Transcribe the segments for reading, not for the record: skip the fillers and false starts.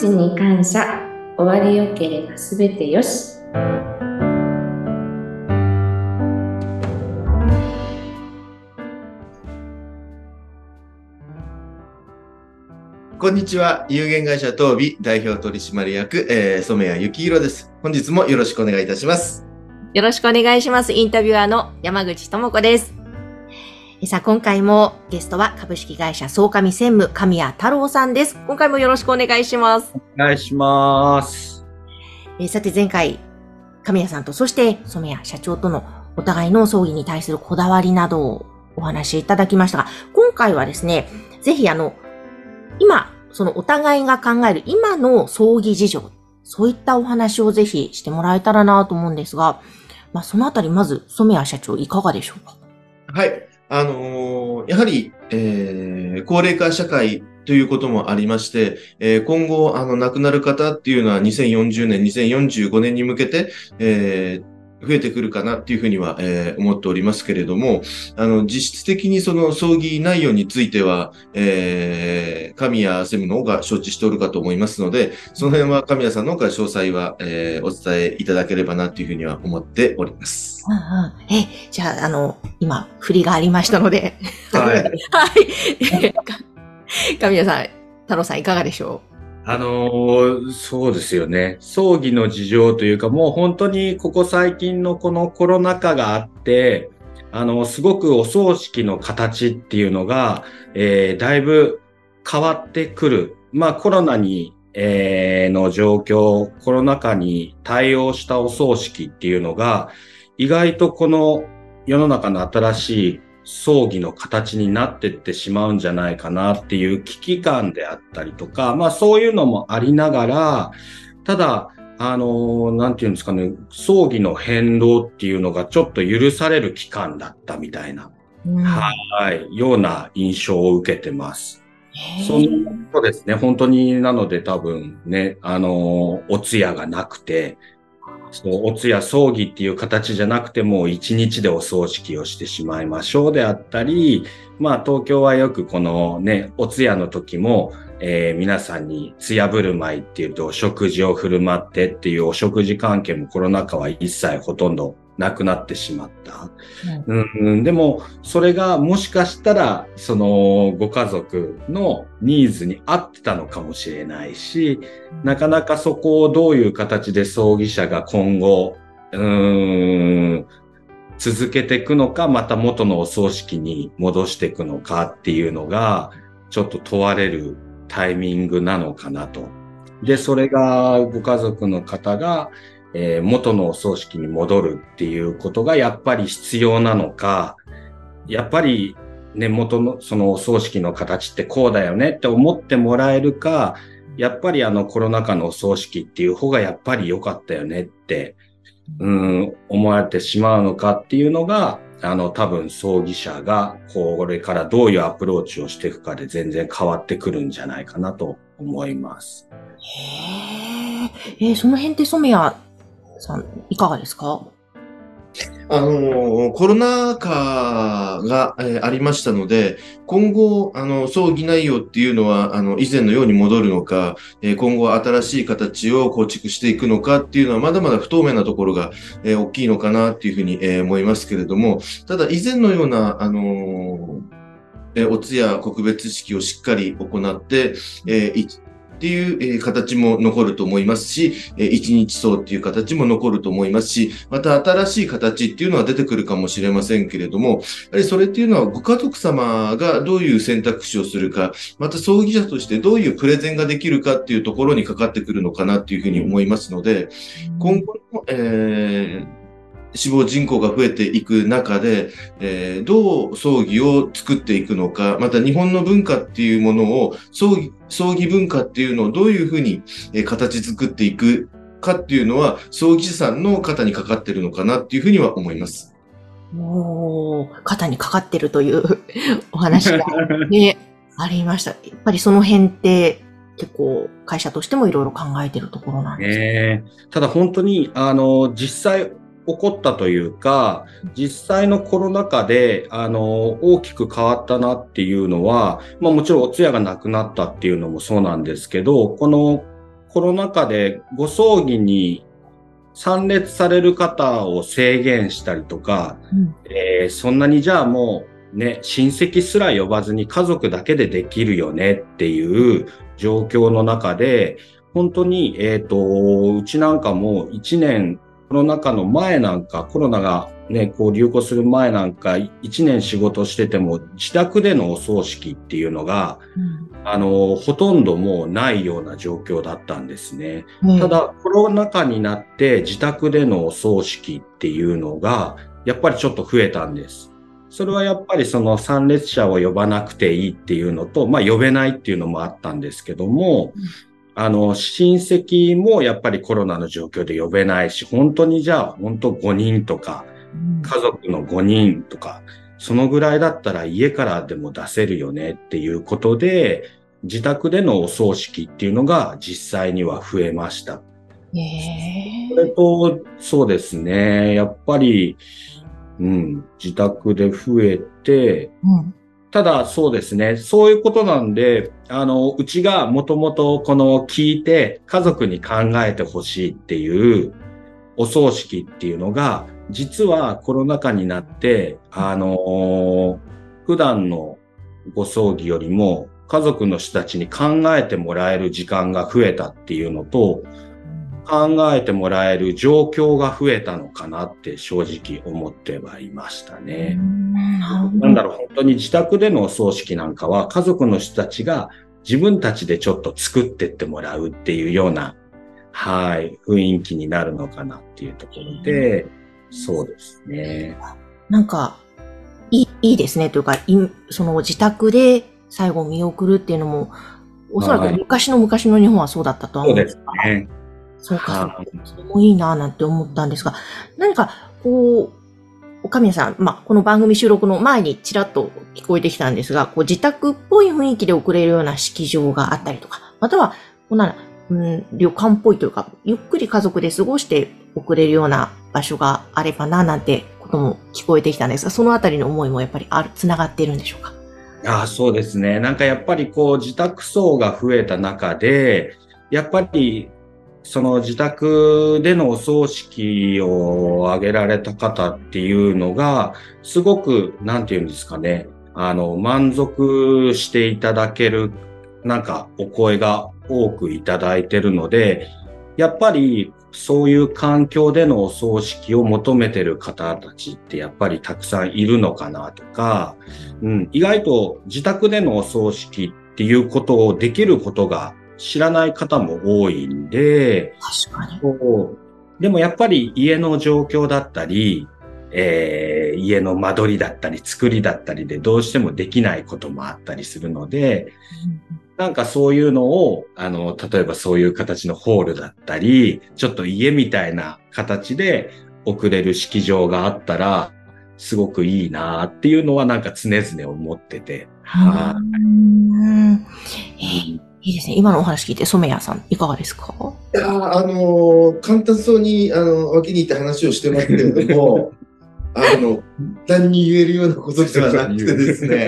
ちに感謝、終わりよければすべてよし。 こんにちは。有限会社東美代表取締役、染谷幸宏です。本日もよろしくお願いいたします。 よろしくお願いします。インタビュアーの山口智子です。さあ、今回もゲストは株式会社総上専務神谷太郎さんです。今回もよろしくお願いします。 お願いします。 さて前回、神谷さんとそして染谷社長とのお互いの葬儀に対するこだわりなどをお話しいただきましたが、今回はですね、ぜひ今、そのお互いが考える今の葬儀事情、そういったお話をぜひしてもらえたらなと思うんですが、そのあたりまず染谷社長いかがでしょうか。 はい。やはり、高齢化社会ということもありまして、今後、亡くなる方っていうのは2040年、2045年に向けて、増えてくるかなっていうふうには、思っておりますけれども、実質的にその葬儀内容については、神谷専務の方が承知しておるかと思いますので、その辺は神谷さんの方から詳細は、お伝えいただければなというふうには思っております。 じゃあ、今、振りがありましたので。 はい。 はい。神谷さん、太郎さんいかがでしょう。 そうですよね。葬儀の事情というか、もう本当にここ最近のこのコロナ禍があって、すごくお葬式の形っていうのが、だいぶ変わってくる。コロナに、の状況、コロナ禍に対応したお葬式っていうのが、意外とこの世の中の新しい葬儀の形になっていってしまうんじゃないかなっていう危機感であったりとか、そういうのもありながら、ただ、なんていうんですかね、葬儀の変動っていうのがちょっと許される期間だったみたいな、ような印象を受けてます。そうですね、本当になので多分ね、お通夜がなくて、お通夜葬儀っていう形じゃなくても一日でお葬式をしてしまいましょうであったり、東京はよくこのね、お通夜の時も、皆さんに通夜振る舞いっていうとお食事を振る舞ってっていうお食事関係もコロナ禍は一切ほとんどなくなってしまった。でも、それがもしかしたら、そのご家族のニーズに合ってたのかもしれないし、なかなかそこをどういう形で葬儀社が今後、続けていくのか、また元のお葬式に戻していくのかっていうのが、ちょっと問われるタイミングなのかなと。で、それがご家族の方が、元のお葬式に戻るっていうことがやっぱり必要なのか、やっぱりね、元のそのお葬式の形ってこうだよねって思ってもらえるか、やっぱりコロナ禍のお葬式っていう方がやっぱり良かったよねって、思われてしまうのかっていうのが、多分葬儀社がこれからどういうアプローチをしていくかで全然変わってくるんじゃないかなと思います。 その辺って染谷さんいかがですか？ コロナ禍が、ありましたので、今後、葬儀内容っていうのは、以前のように戻るのか、今後新しい形を構築していくのかっていうのは、まだまだ不透明なところが、大きいのかなっていうふうに、思いますけれども、ただ以前のような、お通夜告別式をしっかり行って、っていう形も残ると思いますし、一日葬っていう形も残ると思いますし、また新しい形っていうのは出てくるかもしれませんけれども、やはりそれっていうのはご家族様がどういう選択肢をするか、また葬儀者としてどういうプレゼンができるかっていうところにかかってくるのかなっていうふうに思いますので、今後の、死亡人口が増えていく中で、どう葬儀を作っていくのか、また日本の文化っていうものを、葬儀文化っていうのをどういうふうに、形作っていくかっていうのは、葬儀師さんの肩にかかってるのかなっていうふうには思います。 肩にかかってるというお話が、ね、ありました。やっぱりその辺って結構会社としてもいろいろ考えてるところなんです。 ただ本当に、実際、起こったというか、実際のコロナ禍で、大きく変わったなっていうのは、もちろんお通夜がなくなったっていうのもそうなんですけど、このコロナ禍でご葬儀に参列される方を制限したりとか、そんなにじゃあもうね、親戚すら呼ばずに家族だけでできるよねっていう状況の中で、本当に、うちなんかも1年、コロナ禍の前なんか、コロナがね、こう流行する前なんか、1年仕事してても、自宅でのお葬式っていうのが、ほとんどもうないような状況だったんですね。ただ、コロナ禍になって自宅でのお葬式っていうのが、やっぱりちょっと増えたんです。それはやっぱりその参列者を呼ばなくていいっていうのと、まあ呼べないっていうのもあったんですけども、親戚もやっぱりコロナの状況で呼べないし、本当にじゃあ本当5人とか、家族の5人とか、そのぐらいだったら家からでも出せるよねっていうことで、自宅でのお葬式っていうのが実際には増えました。それと、そうですね。やっぱり、自宅で増えて、ただそうですね。そういうことなんで、うちがもともとこの聞いて家族に考えてほしいっていうお葬式っていうのが、実はコロナ禍になって、普段のご葬儀よりも家族の人たちに考えてもらえる時間が増えたっていうのと、考えてもらえる状況が増えたのかなって正直思ってはいましたね。なんだろう、本当に自宅でのお葬式なんかは家族の人たちが自分たちでちょっと作ってってもらうっていうような、雰囲気になるのかなっていうところで、そうですね。 なんか、いいですね。というか、その自宅で最後見送るっていうのも、おそらく昔の日本はそうだったとは思うんですが。そうですね。そうか、それもいいなぁなんて思ったんですが、何か、神谷さん、この番組収録の前にちらっと聞こえてきたんですが、自宅っぽい雰囲気で送れるような式場があったりとか、または、旅館っぽいというか、ゆっくり家族で過ごして送れるような場所があればな、なんてことも聞こえてきたんですが、そのあたりの思いもやっぱりつながっているんでしょうか？ そうですね。なんかやっぱり自宅葬が増えた中で、やっぱり、その自宅でのお葬式を挙げられた方っていうのが、すごく、なんていうんですかね、満足していただける、なんかお声が多くいただいてるので、やっぱりそういう環境でのお葬式を求めてる方たちってやっぱりたくさんいるのかなとか、意外と自宅でのお葬式っていうことをできることが知らない方も多いんで、 確かに。 でもやっぱり家の状況だったり、家の間取りだったり作りだったりでどうしてもできないこともあったりするので、なんかそういうのを、例えばそういう形のホールだったり、ちょっと家みたいな形で送れる式場があったら、すごくいいなっていうのはなんか常々思ってて。 いいですね。今のお話聞いて、染谷さん、いかがですか？ いや簡単そうに、脇にいて話をしてますけれども、簡単に言えるようなことではなくてですね、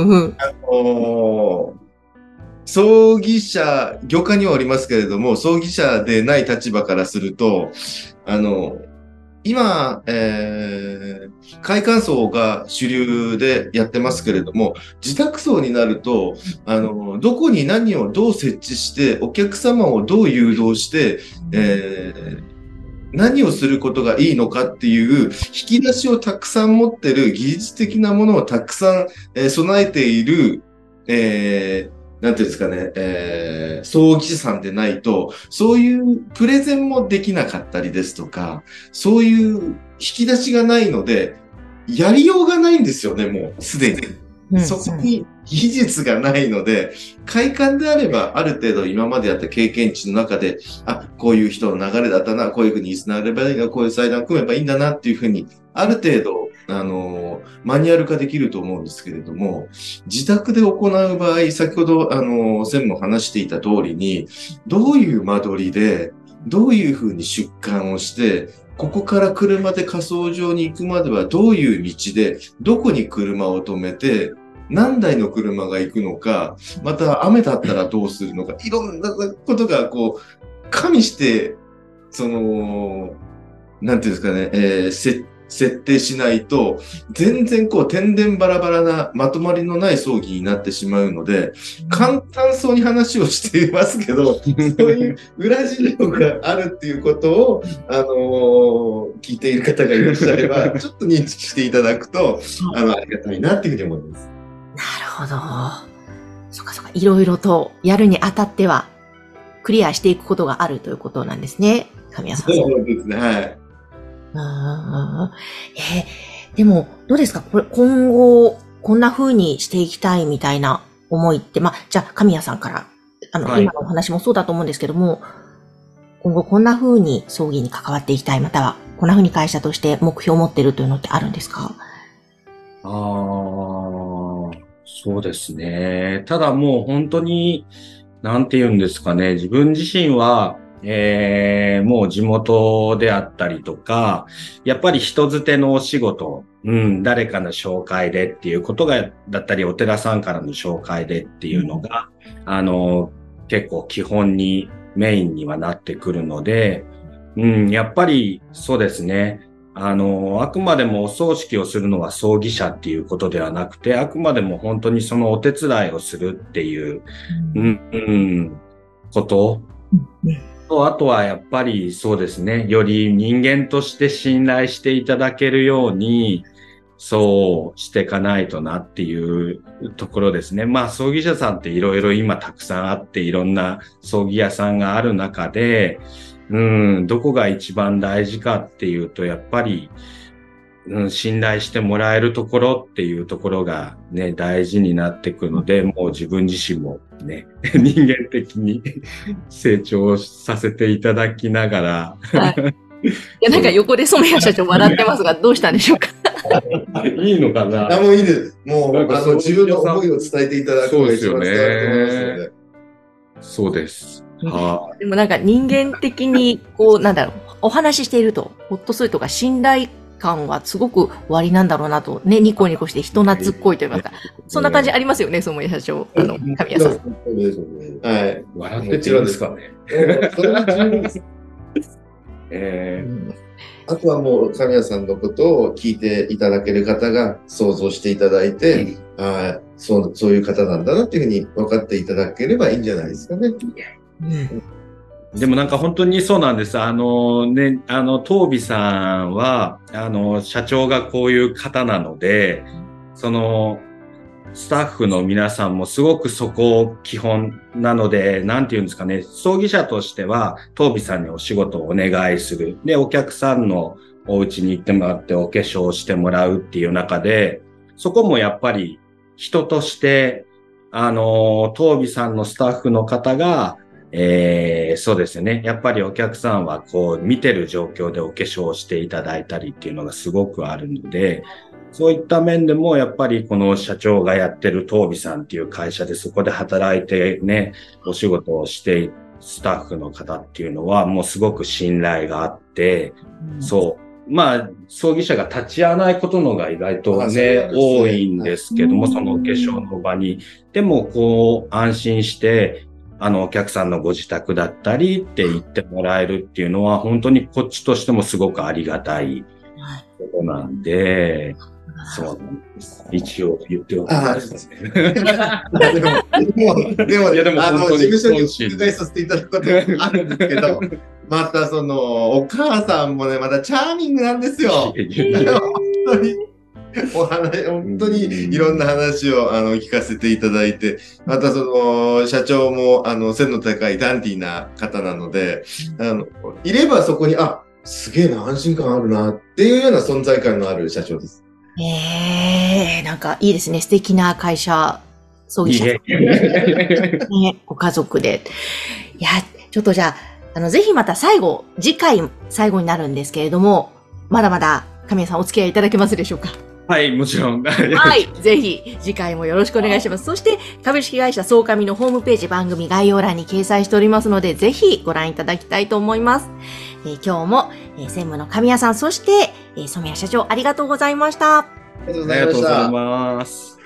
葬儀者、業界にはおりますけれども、葬儀者でない立場からすると、今、開館葬が主流でやってますけれども、自宅葬になると、どこに何をどう設置して、お客様をどう誘導して、何をすることがいいのかっていう引き出しをたくさん持ってる技術的なものをたくさん、備えている、なんていうんですかね、葬儀師さんでないと、そういうプレゼンもできなかったりですとか、そういう引き出しがないので、やりようがないんですよね、もうすでに。そこに技術がないので、会館であれば、ある程度今までやった経験値の中で、こういう人の流れだったな、こういうふうにつながればいいな、こういう祭壇を組めばいいんだなっていうふうに、ある程度、マニュアル化できると思うんですけれども、自宅で行う場合、先ほど、専務話していた通りに、どういう間取りで、どういうふうに出棺をして、ここから車で火葬場に行くまではどういう道で、どこに車を止めて、何台の車が行くのか、また雨だったらどうするのか、いろんなことが加味して、なんていうんですかね、設定しないと、全然天然バラバラなまとまりのない葬儀になってしまうので、簡単そうに話をしていますけど、そういう裏事情があるっていうことを、聞いている方がいらっしゃれば、ちょっと認識していただくと、ありがたいなっていうふうに思います。 なるほど。そっかそっか。いろいろとやるにあたっては、クリアしていくことがあるということなんですね。神谷さん。 そうですね。はい。 でも、どうですか今後、こんな風にしていきたいみたいな思いって、じゃあ、神谷さんから、今のお話もそうだと思うんですけども、今後こんな風に葬儀に関わっていきたい、または、こんな風に会社として目標を持っているというのってあるんですか？ そうですね。ただもう本当に、なんて言うんですかね、自分自身は、もう地元であったりとか、やっぱり人づてのお仕事、誰かの紹介でっていうことだったり、お寺さんからの紹介でっていうのが、結構基本にメインにはなってくるので、やっぱりそうですね。あくまでもお葬式をするのは葬儀社っていうことではなくて、あくまでも本当にそのお手伝いをするっていう、ことと、あとはやっぱりそうですね、より人間として信頼していただけるように、そうしていかないとなっていうところですね。葬儀社さんっていろいろ今たくさんあって、いろんな葬儀屋さんがある中で、どこが一番大事かっていうと、やっぱり、信頼してもらえるところっていうところがね、大事になってくるので、もう自分自身もね、人間的に成長させていただきながら。 はい、いや、なんか横で染谷社長笑ってますが、どうしたんでしょうか？ いいのかな？ もういいです。もう、自分の思いを伝えていただくのが一番伝わると思いますので。 そうです。 でもなんか人間的に、お話ししていると、ほっとするとか信頼感はすごく終わりなんだろうなと、ね、ニコニコして人懐っこいと言いますか。そんな感じありますよね、染谷社長。神谷さん。 はい。 笑ってていいんですかね。 それは十分です。あとはもう神谷さんのことを聞いていただける方が想像していただいて、そういう方なんだなっていうふうに分かっていただければいいんじゃないですかね。 でもなんか本当にそうなんです。東美さんは、社長がこういう方なので、スタッフの皆さんもすごくそこ基本なので、なんていうんですかね、葬儀社としては、東美さんにお仕事をお願いする。で、お客さんのお家に行ってもらってお化粧してもらうっていう中で、そこもやっぱり人として、東美さんのスタッフの方が、そうですね。やっぱりお客さんは見てる状況でお化粧をしていただいたりっていうのがすごくあるので、そういった面でもやっぱりこの社長がやってる東美さんっていう会社でそこで働いてね、お仕事をしてスタッフの方っていうのはもうすごく信頼があって、葬儀社が立ち会わないことのが意外とね、多いんですけども、そのお化粧の場に。でも安心して、お客さんのご自宅だったりって言ってもらえるっていうのは、本当にこっちとしてもすごくありがたいことなんで、そうなんです。一応言っておきますね。でも、事務所にお伺いさせていただくこともあるんですけど、またお母さんもね、またチャーミングなんですよ。本当に。本当にいろんな話を聞かせていただいて、また社長も背の高いダンディーな方なので、いればそこに、すげえな、安心感あるなっていうような存在感のある社長です。 なんかいいですね。素敵な会社、葬儀社。ご家族で。いや、ちょっとじゃあ、ぜひまた次回最後になるんですけれども、まだまだ神谷さんお付き合いいただけますでしょうか？ はい、もちろん。 はい、ぜひ次回もよろしくお願いします。そして株式会社総神のホームページ番組概要欄に掲載しておりますので、ぜひご覧いただきたいと思います。今日も、専務の神谷さん、そして、染谷社長ありがとうございました。 ありがとうございました。 ありがとうございます。